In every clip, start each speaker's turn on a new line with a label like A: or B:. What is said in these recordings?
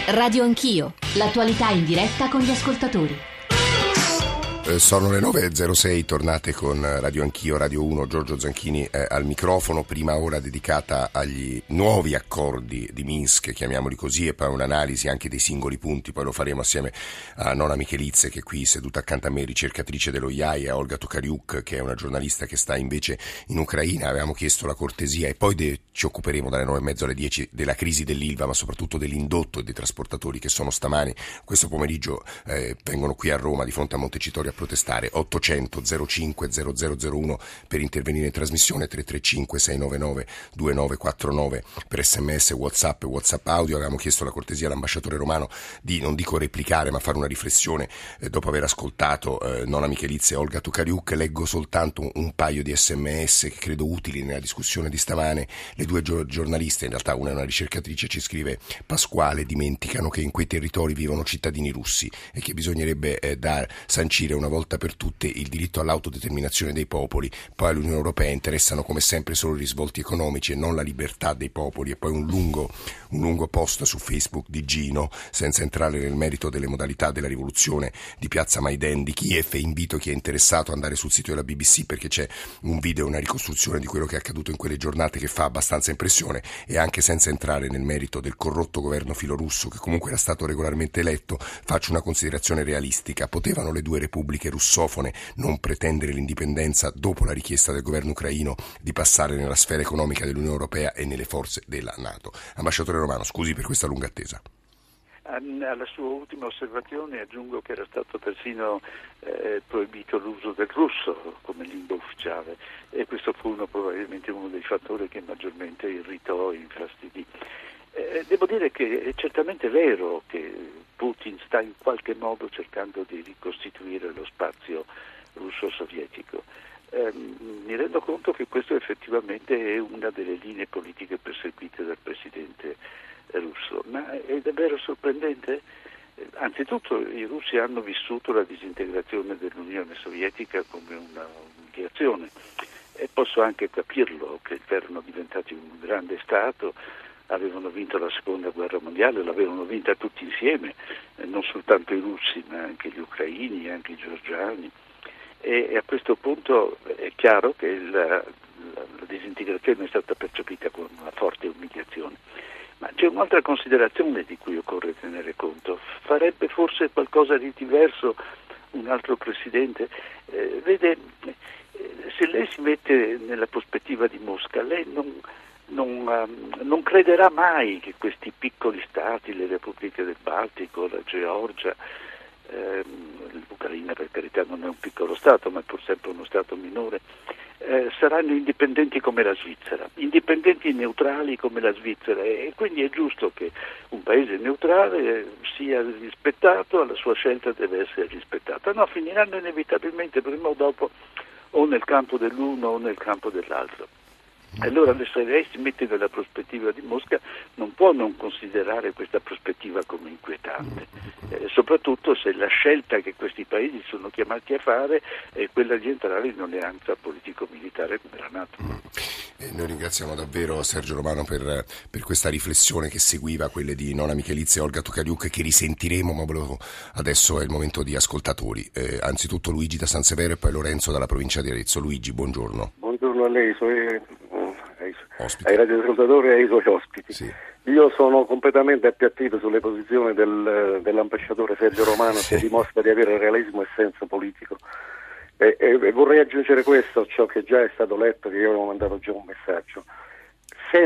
A: Radio Anch'io, l'attualità in diretta con gli ascoltatori.
B: Sono le 9.06, tornate con Radio Anch'io, Radio 1, Giorgio Zanchini al microfono, prima ora dedicata agli nuovi accordi di Minsk, chiamiamoli così, e poi un'analisi anche dei singoli punti, poi lo faremo assieme a Nona Michelizze, che è qui seduta accanto a me, ricercatrice dello IAI, a Olga Tokariuk, che è una giornalista che sta invece in Ucraina. Avevamo chiesto la cortesia e poi ci occuperemo dalle 9.30 alle 10 della crisi dell'Ilva, ma soprattutto dell'indotto e dei trasportatori che sono stamani, questo pomeriggio, vengono qui a Roma di fronte a Montecitorio a protestare. 800 05 0001 per intervenire in trasmissione, 335 699 2949 per sms, whatsapp audio. Avevamo chiesto la cortesia all'ambasciatore romano di, non dico replicare, ma fare una riflessione dopo aver ascoltato Nona Michelizze e Olga Tokariuk. Leggo soltanto un paio di sms che credo utili nella discussione di stamane. Le due giornaliste, in realtà una è una ricercatrice, ci scrive: Pasquale, dimenticano che in quei territori vivono cittadini russi e che bisognerebbe sancire una volta per tutte il diritto all'autodeterminazione dei popoli. Poi all'Unione Europea interessano come sempre solo i risvolti economici e non la libertà dei popoli. E poi un lungo post su Facebook di Gino, senza entrare nel merito delle modalità della rivoluzione di Piazza Maiden di Kiev, e invito chi è interessato ad andare sul sito della BBC, perché c'è un video, una ricostruzione di quello che è accaduto in quelle giornate che fa abbastanza impressione. E anche senza entrare nel merito del corrotto governo filorusso, che comunque era stato regolarmente eletto, faccio una considerazione realistica: potevano le due repubbliche russofone non pretendere l'indipendenza dopo la richiesta del governo ucraino di passare nella sfera economica dell'Unione Europea e nelle forze della NATO? Ambasciatore Romano, scusi per questa lunga attesa.
C: Alla sua ultima osservazione aggiungo che era stato persino proibito l'uso del russo come lingua ufficiale, e questo fu probabilmente uno dei fattori che maggiormente irritò e infastidì. Devo dire che è certamente vero che Putin sta in qualche modo cercando di ricostituire lo spazio russo-sovietico. Mi rendo conto che questo effettivamente è una delle linee politiche perseguite dal presidente russo, ma è davvero sorprendente. Anzitutto i russi hanno vissuto la disintegrazione dell'Unione Sovietica come una umiliazione, e posso anche capirlo, che erano diventati un grande Stato, avevano vinto la seconda guerra mondiale, l'avevano vinta tutti insieme, non soltanto i russi ma anche gli ucraini, anche i georgiani, e a questo punto è chiaro che la disintegrazione è stata percepita come una forte umiliazione. Ma c'è un'altra considerazione di cui occorre tenere conto: farebbe forse qualcosa di diverso un altro presidente? Vede, se lei si mette nella prospettiva di Mosca, lei non crederà mai che questi piccoli stati, le repubbliche del Baltico, la Georgia, l'Ucraina per carità non è un piccolo stato ma è pur sempre uno stato minore, saranno indipendenti come la Svizzera, indipendenti e neutrali come la Svizzera, e quindi è giusto che un paese neutrale sia rispettato, la sua scelta deve essere rispettata. No, finiranno inevitabilmente prima o dopo o nel campo dell'uno o nel campo dell'altro. Allora se lei si mette nella prospettiva di Mosca, non può non considerare questa prospettiva come inquietante, soprattutto se la scelta che questi paesi sono chiamati a fare è quella di entrare in un'alleanza politico-militare come la NATO.
B: Noi ringraziamo davvero Sergio Romano per questa riflessione che seguiva quelle di Nona Michelizze e Olga Tokariuk, che risentiremo, ma adesso è il momento di ascoltatori. Anzitutto Luigi da San Severo e poi Lorenzo dalla provincia di Arezzo. Luigi, buongiorno.
D: Buongiorno a lei, ai radioascoltatori e ai suoi ospiti. Sì. Io sono completamente appiattito sulle posizioni dell'ambasciatore Sergio Romano, che dimostra di avere realismo e senso politico. E vorrei aggiungere questo, ciò che già è stato letto, che io avevo mandato già un messaggio. Se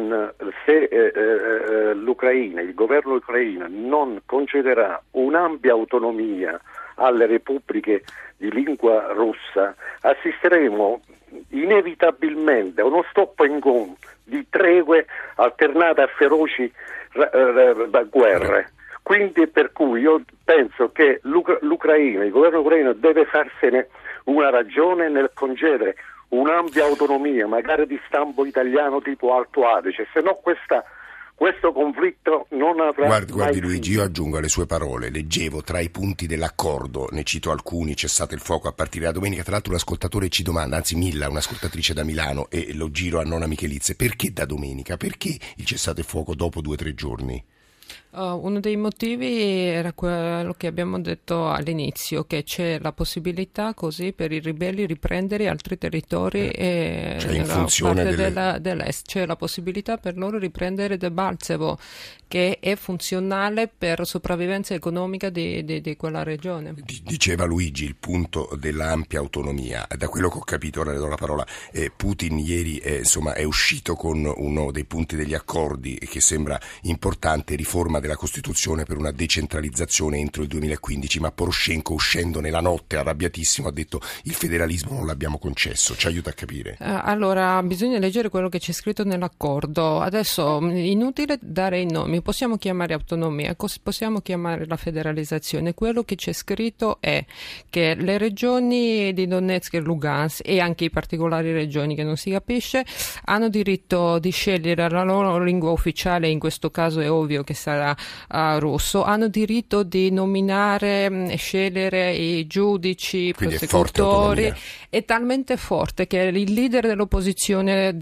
D: l'Ucraina, il governo ucraino non concederà un'ampia autonomia alle repubbliche di lingua russa, assisteremo inevitabilmente a uno stop and go di tregue alternate a feroci guerre. Quindi per cui io penso che l'Ucraina, il governo ucraino deve farsene una ragione nel concedere un'ampia autonomia, magari di stampo italiano tipo Alto Adige, se no questo conflitto non avrà
B: Guardi Luigi, io aggiungo alle sue parole, leggevo tra i punti dell'accordo, ne cito alcuni: cessate il fuoco a partire da domenica. Tra l'altro l'ascoltatore ci domanda, anzi Milla, un'ascoltatrice da Milano, e lo giro a Nona Michelizze: perché da domenica? Perché il cessate il fuoco dopo 2 o 3 giorni?
E: Uno dei motivi era quello che abbiamo detto all'inizio, che c'è la possibilità così per i ribelli riprendere altri territori
B: cioè in funzione
E: dell'est. C'è la possibilità per loro riprendere Debaltsevo, che è funzionale per sopravvivenza economica di quella regione.
B: Diceva Luigi il punto dell'ampia autonomia. Da quello che ho capito, ora le do la parola, Putin ieri è uscito con uno dei punti degli accordi che sembra importante, riforma della Costituzione per una decentralizzazione entro il 2015, ma Poroshenko, uscendo nella notte arrabbiatissimo, ha detto il federalismo non l'abbiamo concesso. Ci aiuta a capire?
E: Allora, bisogna leggere quello che c'è scritto nell'accordo. Adesso inutile dare i nomi, possiamo chiamare autonomia, possiamo chiamare la federalizzazione. Quello che c'è scritto è che le regioni di Donetsk e Lugansk, e anche i particolari regioni che non si capisce, hanno diritto di scegliere la loro lingua ufficiale, in questo caso è ovvio che sarà russo, hanno diritto di nominare e scegliere i giudici, prosecutori. È talmente forte che il leader dell'opposizione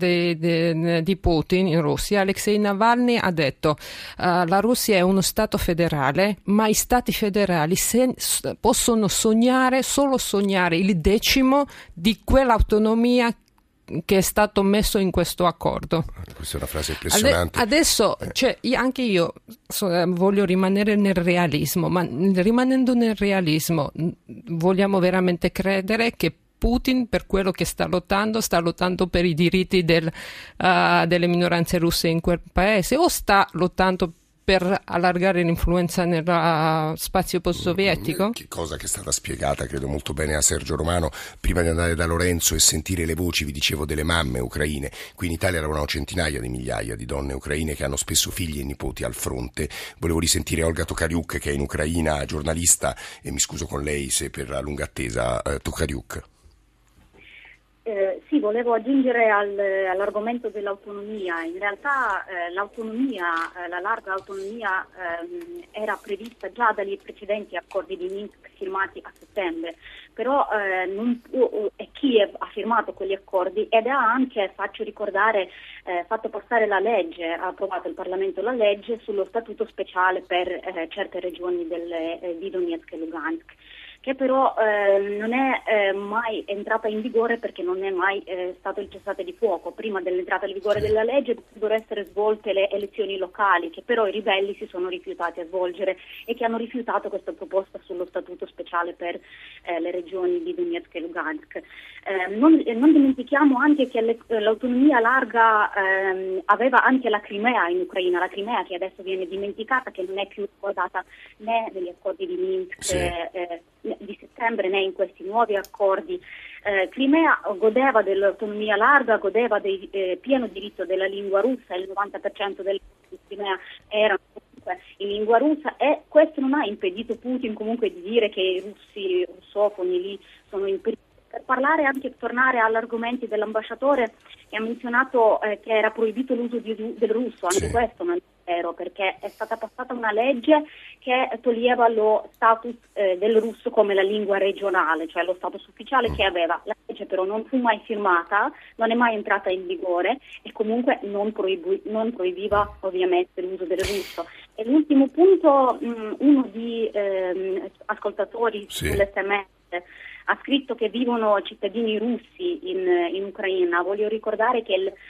E: di Putin in Russia, Alexei Navalny, ha detto la Russia è uno stato federale, ma i stati federali possono solo sognare il decimo di quell'autonomia che è stato messo in questo accordo.
B: Questa è una frase impressionante.
E: Adesso anche io voglio rimanere nel realismo, ma rimanendo nel realismo vogliamo veramente credere che Putin, per quello che sta lottando per i diritti delle minoranze russe in quel paese, o sta lottando per allargare l'influenza nello spazio post-sovietico?
B: Cosa che è stata spiegata, credo, molto bene a Sergio Romano. Prima di andare da Lorenzo e sentire le voci, vi dicevo, delle mamme ucraine. Qui in Italia lavorano centinaia di migliaia di donne ucraine che hanno spesso figli e nipoti al fronte. Volevo risentire Olga Tokariuk, che è in Ucraina, giornalista, e mi scuso con lei se per la lunga attesa. Tokariuk.
F: Sì, volevo aggiungere all'argomento dell'autonomia. In realtà l'autonomia, la larga autonomia era prevista già dagli precedenti accordi di Minsk firmati a settembre, però Kiev ha firmato quegli accordi ed ha anche, faccio ricordare, fatto passare la legge, ha approvato il Parlamento la legge sullo statuto speciale per certe regioni di Donetsk e Lugansk, che però non è mai entrata in vigore perché non è mai stato il cessate di fuoco. Prima dell'entrata in vigore della legge dovrebbero essere svolte le elezioni locali, che però i ribelli si sono rifiutati a svolgere e che hanno rifiutato questa proposta sullo statuto speciale per le regioni di Donetsk e Lugansk. Non dimentichiamo anche che l'autonomia larga aveva anche la Crimea in Ucraina, la Crimea che adesso viene dimenticata, che non è più ricordata né negli accordi di Minsk di settembre né in questi nuovi accordi. Crimea godeva dell'autonomia larga, godeva del pieno diritto della lingua russa, il 90% delle di Crimea erano comunque in lingua russa, e questo non ha impedito Putin comunque di dire che i russi russofoni lì sono in pericolo. Per parlare anche, tornare all'argomento dell'ambasciatore che ha menzionato che era proibito l'uso del russo, anche questo non è vero, perché è stata passata una legge che toglieva lo status del russo come la lingua regionale, cioè lo status ufficiale che aveva. La legge però non fu mai firmata, non è mai entrata in vigore e comunque non proibiva ovviamente l'uso del russo. E l'ultimo punto, uno di ascoltatori sull'SMS ha scritto che vivono cittadini russi in Ucraina. Voglio ricordare che il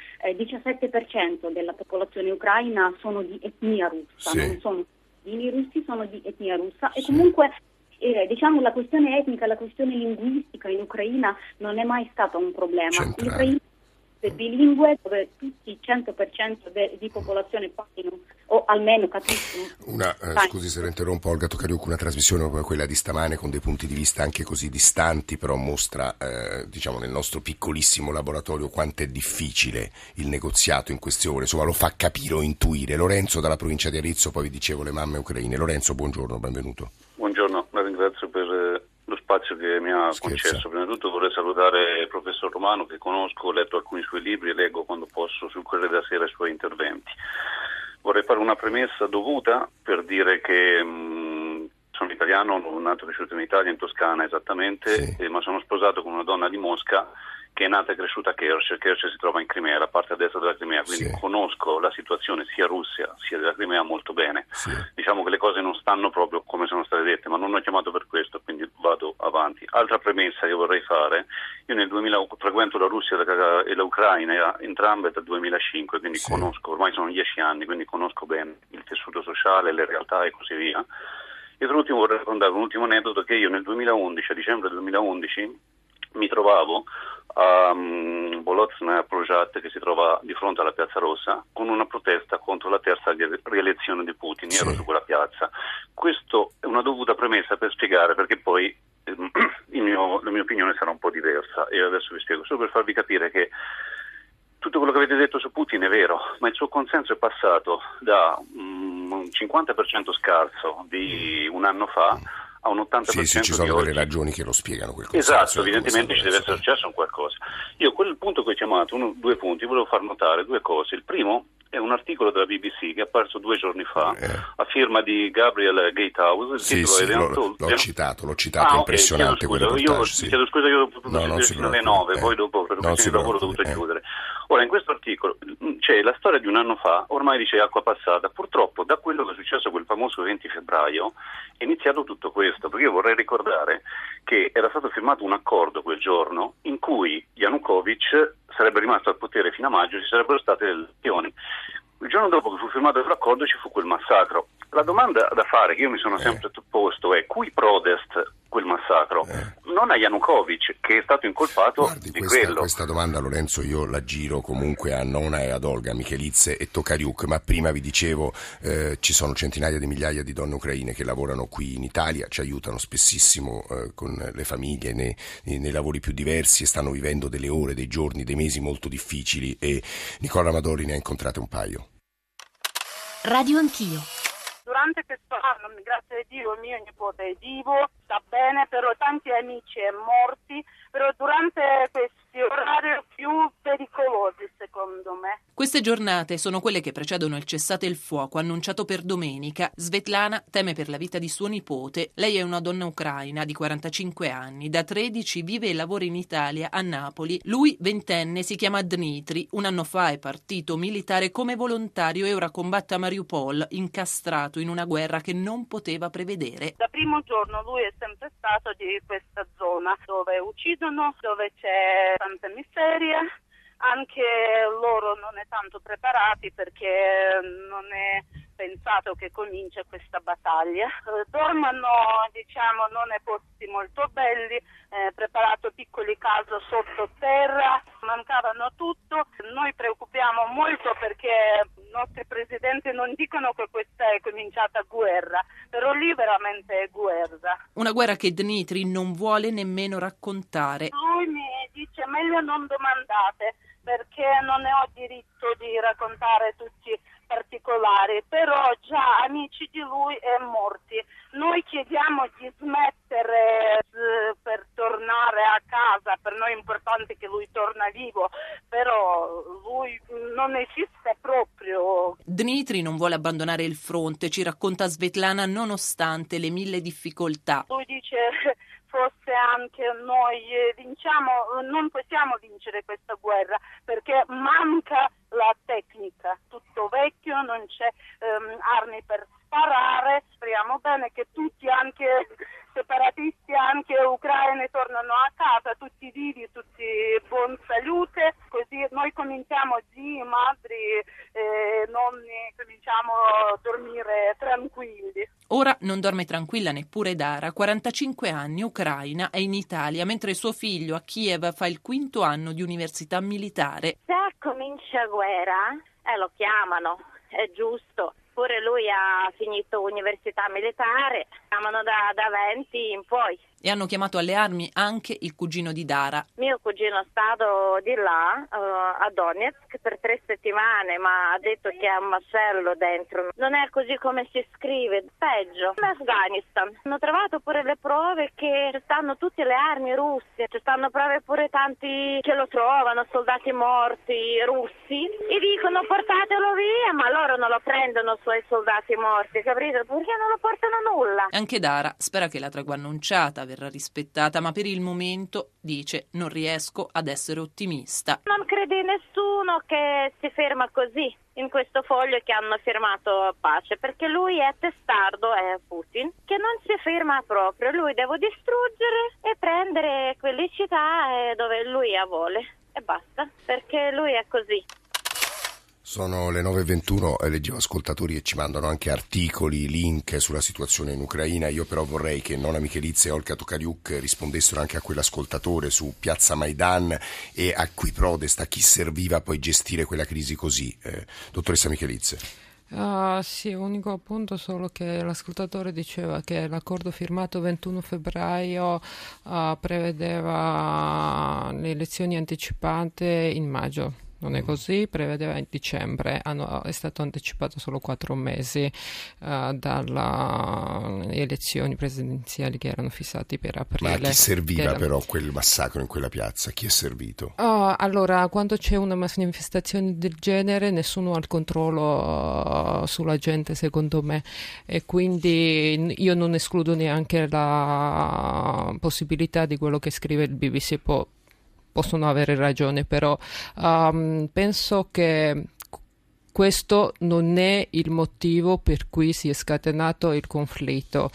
F: 17% della popolazione ucraina sono di etnia russa, non sono cittadini russi, sono di etnia russa e comunque diciamo la questione etnica, la questione linguistica in Ucraina non è mai stata un problema. In Ucraina è bilingue, dove tutti il 100% di popolazione parlino o almeno capiscono.
B: Scusi se la interrompo, Olga Tokariuk, una trasmissione come quella di stamane con dei punti di vista anche così distanti, però mostra diciamo nel nostro piccolissimo laboratorio quanto è difficile il negoziato in questione, insomma lo fa capire o intuire. Lorenzo dalla provincia di Arezzo, poi vi dicevo le mamme ucraine. Lorenzo, buongiorno, benvenuto.
G: Buongiorno, la ringrazio per lo spazio che mi ha concesso. Prima di tutto vorrei salutare il professor Romano, che conosco, ho letto alcuni suoi libri e leggo quando posso sul Corriere della Sera i suoi interventi. Vorrei fare una premessa dovuta per dire che sono italiano, nato e cresciuto in Italia, in Toscana esattamente, ma sono sposato con una donna di Mosca che è nata e cresciuta a Kerch. Kerch si trova in Crimea, la parte a destra della Crimea, quindi conosco la situazione sia Russia sia della Crimea molto bene. Diciamo che le cose non stanno proprio come sono state dette, ma non ho chiamato per questo, quindi vado avanti. Altra premessa che vorrei fare: io nel 2000 frequento la Russia e l'Ucraina entrambe dal 2005, quindi conosco, ormai sono 10 anni, quindi conosco bene il tessuto sociale, le realtà e così via. E per ultimo vorrei raccontare un ultimo aneddoto, che io nel 2011, a dicembre 2011, mi trovavo a Bolotnaya Projat, che si trova di fronte alla Piazza Rossa, con una protesta contro la terza rielezione di Putin. Ero su quella piazza. Questo è una dovuta premessa per spiegare, perché poi la mia opinione sarà un po' diversa, e adesso vi spiego, solo per farvi capire che tutto quello che avete detto su Putin è vero, ma il suo consenso è passato da un 50% scarso di un anno fa a un 80%
B: sì, ci sono
G: di
B: delle
G: oggi.
B: ragioni che lo spiegano quel consenso.
G: Esatto, evidentemente ci deve essere successo un qualcosa. Io quel punto che ho chiamato, due punti, volevo far notare due cose. Il primo è un articolo della BBC che è apparso 2 giorni fa a firma di Gabriel Gatehouse.
B: L'ho citato, impressionante quel reportage.
G: Chiedo scusa, io ho potuto fino alle 9, poi dopo per questioni di lavoro ho dovuto chiudere. Ora, in questo articolo c'è la storia di un anno fa, ormai dice acqua passata. Purtroppo da quello che è successo quel famoso 20 febbraio è iniziato tutto questo, perché io vorrei ricordare che era stato firmato un accordo quel giorno in cui Yanukovych sarebbe rimasto al potere fino a maggio, ci sarebbero state le elezioni. Il giorno dopo che fu firmato quell'accordo ci fu quel massacro. La domanda da fare, che io mi sono sempre posto, è: cui prodest quel massacro? Non a Yanukovych, che è stato incolpato di quello.
B: Questa domanda, Lorenzo, io la giro comunque a Nona e ad Olga Michelidze e Tokariuk, ma prima vi dicevo ci sono centinaia di migliaia di donne ucraine che lavorano qui in Italia, ci aiutano spessissimo con le famiglie nei lavori più diversi, e stanno vivendo delle ore, dei giorni, dei mesi molto difficili, e Nicola Amadori ne ha incontrate un paio.
A: Radio Anch'io.
H: Durante questo anno, grazie a Dio, mio nipote è vivo, sta bene, però tanti amici sono morti, però durante questi orari più pericolosi, secondo me.
I: Queste giornate sono quelle che precedono il cessate il fuoco annunciato per domenica. Svetlana teme per la vita di suo nipote. Lei è una donna ucraina di 45 anni, da 13 vive e lavora in Italia, a Napoli. Lui, 20enne, si chiama Dmitry. Un anno fa è partito militare come volontario e ora combatte a Mariupol, incastrato in una guerra che non poteva prevedere.
H: Da primo giorno lui è sempre stato di questa zona dove uccidono, dove c'è tanta miseria. Anche loro non è tanto preparati, perché non è pensato che comincia questa battaglia. Dormono, non nei posti molto belli, preparato piccoli case sottoterra, mancavano tutto. Noi preoccupiamo molto perché i nostri presidenti non dicono che questa è cominciata guerra, però lì veramente è guerra.
I: Una guerra che Dmitry non vuole nemmeno raccontare.
H: Lui mi dice: meglio non domandate, perché non ne ho diritto di raccontare tutti i particolari, però già amici di lui è morti. Noi chiediamo di smettere per tornare a casa, per noi è importante che lui torna vivo, però lui non esiste proprio.
I: Dmitry non vuole abbandonare il fronte, ci racconta Svetlana, nonostante le 1000 difficoltà.
H: Lui dice: forse anche noi vinciamo, non possiamo vincere questa guerra perché manca la tecnica, tutto vecchio, non c'è armi per sparare. Speriamo bene che tutti, anche separatisti, anche ucraini, tornano a casa, tutti vivi, tutti buon salute, così noi cominciamo, zii, madri, nonni, cominciamo a dormire tranquilli.
I: Ora non dorme tranquilla neppure Dara, 45 anni, ucraina, è in Italia, mentre suo figlio a Kiev fa il 5º anno di università militare.
J: Se comincia guerra, lo chiamano, è giusto. Pure lui ha finito università militare, chiamano da 20 in poi.
I: E hanno chiamato alle armi anche il cugino di Dara.
J: Mio cugino è stato di là, a Donetsk, per 3 settimane, ma ha detto che ha un macello dentro. Non è così come si scrive, peggio. In Afghanistan hanno trovato pure le prove che ci stanno tutte le armi russe, ci stanno prove pure tanti che lo trovano, soldati morti russi, e dicono portatelo via, ma loro non lo prendono suoi soldati morti, capito? Perché non lo portano nulla.
I: Anche Dara spera che la tregua annunciata verrà rispettata, ma per il momento, dice, non riesco ad essere ottimista.
J: Non crede nessuno che si ferma così in questo foglio che hanno firmato pace, perché lui è testardo, è Putin, che non si ferma proprio. Lui deve distruggere e prendere quelle città dove lui vuole e basta, perché lui è così.
B: Sono le 9:21, leggevo ascoltatori che ci mandano anche articoli, link sulla situazione in Ucraina. Io però vorrei che Nona Michelizze e Olga Tokariuk rispondessero anche a quell'ascoltatore su Piazza Maidan e a cui protesta, a chi serviva poi gestire quella crisi così. Dottoressa Michelizze.
E: Sì, unico appunto solo che l'ascoltatore diceva che l'accordo firmato 21 febbraio prevedeva le elezioni anticipate in maggio. Non è così, prevedeva in dicembre, è stato anticipato solo 4 mesi dalle elezioni presidenziali che erano fissati per aprile.
B: Ma a chi serviva però quel massacro in quella piazza? Chi è servito?
E: Allora, quando c'è una manifestazione del genere nessuno ha il controllo sulla gente, secondo me, e quindi io non escludo neanche la possibilità di quello che scrive il BBC. Possono avere ragione, però penso che questo non è il motivo per cui si è scatenato il conflitto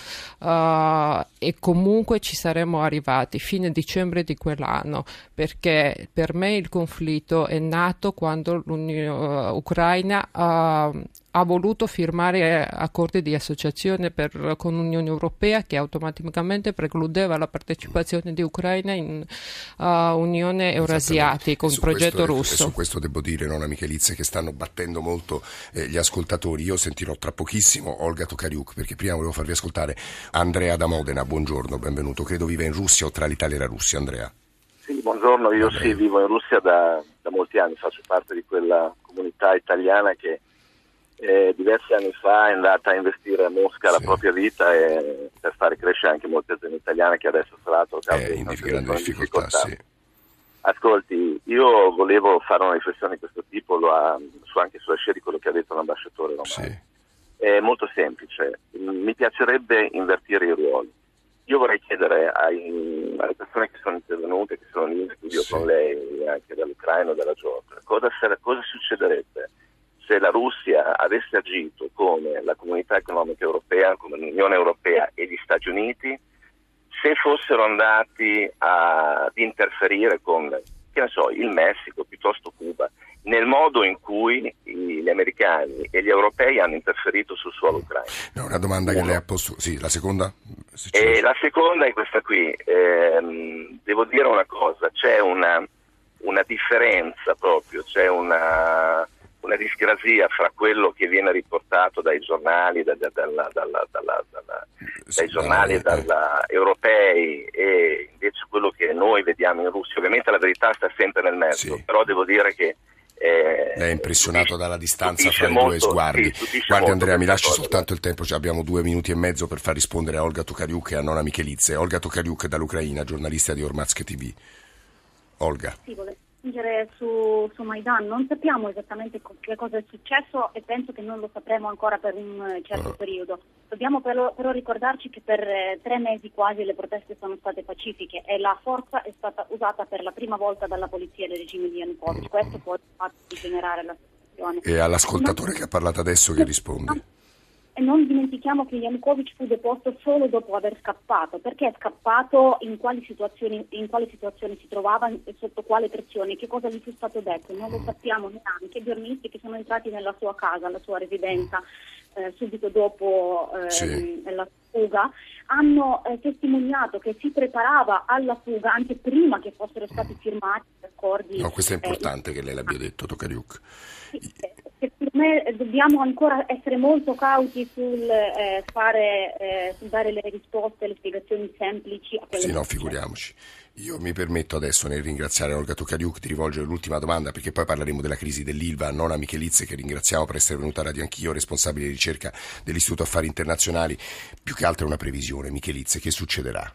E: e comunque ci saremmo arrivati fine dicembre di quell'anno, perché per me il conflitto è nato quando l'Ucraina ha voluto firmare accordi di associazione con l'Unione Europea che automaticamente precludeva la partecipazione di Ucraina in Unione Eurasiatica, un progetto russo.
B: E su questo devo dire, Nona Michelizze, che stanno battendo molto gli ascoltatori. Io sentirò tra pochissimo Olga Tokariuk, perché prima volevo farvi ascoltare Andrea da Modena. Buongiorno, benvenuto. Credo vive in Russia o tra l'Italia e la Russia. Andrea.
K: Sì, buongiorno. Io vivo in Russia da molti anni, faccio parte di quella comunità italiana che diversi anni fa è andata a investire a Mosca la propria vita per fare crescere anche molte aziende italiane che adesso tra l'altro
B: in grande difficoltà. Sì.
K: Ascolti, io volevo fare una riflessione di questo tipo anche sulla scia di quello che ha detto l'ambasciatore romano.
B: Sì.
K: È molto semplice, mi piacerebbe invertire i ruoli. Io vorrei chiedere alle persone che sono intervenute, che sono in studio con lei, anche dall'Ucraina o dalla Georgia, cosa succederebbe se la Russia avesse agito come la Comunità Economica Europea, come l'Unione Europea e gli Stati Uniti, se fossero andati ad interferire con, che ne so, il Messico, piuttosto Cuba, nel modo in cui gli americani e gli europei hanno interferito sul suolo ucraino.
B: No, una domanda che lei ha posto. Sì, la seconda?
K: La seconda è questa qui. Devo dire una cosa, c'è una differenza proprio, c'è una discrasia fra quello che viene riportato dai giornali, dai giornali europei e invece quello che noi vediamo in Russia. Ovviamente la verità sta sempre nel mezzo, però devo dire che
B: lei è impressionato dalla distanza fra i due sguardi. Guardi Andrea, mi lasci soltanto il tempo, abbiamo 2 minuti e mezzo per far rispondere a Olga Tokariuk e a Nona Michelizze. Olga Tokariuk dall'Ucraina, giornalista di Ormatsk TV. Olga.
F: Sì, su Maidan non sappiamo esattamente che cosa è successo e penso che non lo sapremo ancora per un certo periodo. Dobbiamo però ricordarci che per 3 mesi quasi le proteste sono state pacifiche e la forza è stata usata per la prima volta dalla polizia del regime di Yanukovych. Questo può degenerare la situazione.
B: E all'ascoltatore che ha parlato adesso che risponde?
F: E non dimentichiamo che Yanukovych fu deposto solo dopo aver scappato. Perché è scappato? In quali situazioni si trovava e sotto quale pressione? Che cosa gli fu stato detto? Non lo sappiamo neanche. I giornalisti che sono entrati nella sua casa, alla sua residenza, subito dopo la fuga, hanno testimoniato che si preparava alla fuga anche prima che fossero stati firmati accordi.
B: No, questo è importante che lei l'abbia detto, Tokariuk.
F: Per me dobbiamo ancora essere molto cauti sul dare le risposte, le spiegazioni semplici a quelle.
B: Sì, no, figuriamoci. Io mi permetto adesso, nel ringraziare Olga Tokariuk, di rivolgere l'ultima domanda, perché poi parleremo della crisi dell'Ilva. Nona Michelizze, che ringraziamo per essere venuta a Radio Anch'io, responsabile di ricerca dell'Istituto Affari Internazionali. Più che altro è una previsione, Michelizze, che succederà?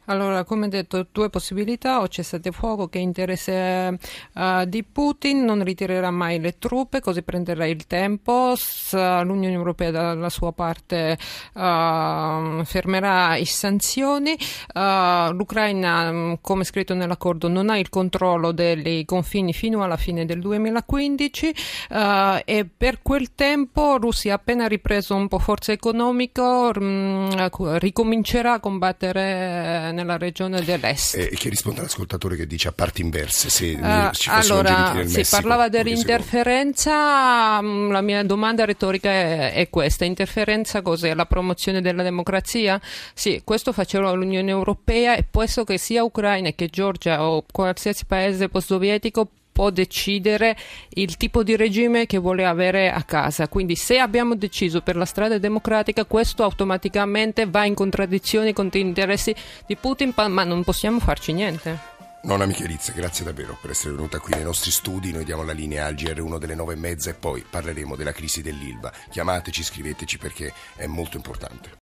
E: Allora, come detto, due possibilità: o cessate il fuoco, che è interesse di Putin, non ritirerà mai le truppe, così prenderà il tempo. L'Unione Europea dalla sua parte fermerà le sanzioni. L'Ucraina, come scritto nell'accordo, non ha il controllo dei confini fino alla fine del 2015 e per quel tempo Russia, appena ripreso un po' forza economico, ricomincerà a combattere nella regione dell'est.
B: E che risponde all'ascoltatore che dice a parti inverse, se ci fossero
E: allora,
B: nel Messico,
E: parlava dell'interferenza. La mia domanda retorica è questa: interferenza cos'è? La promozione della democrazia? Sì, questo faceva l'Unione Europea, e penso che sia Ucraina che Georgia o qualsiasi paese post-sovietico può decidere il tipo di regime che vuole avere a casa. Quindi se abbiamo deciso per la strada democratica, questo automaticamente va in contraddizione con gli interessi di Putin, ma non possiamo farci niente.
B: Nonna Micheliz, grazie davvero per essere venuta qui nei nostri studi. Noi diamo la linea al GR1 delle 9:30 e poi parleremo della crisi dell'Ilva. Chiamateci, scriveteci, perché è molto importante.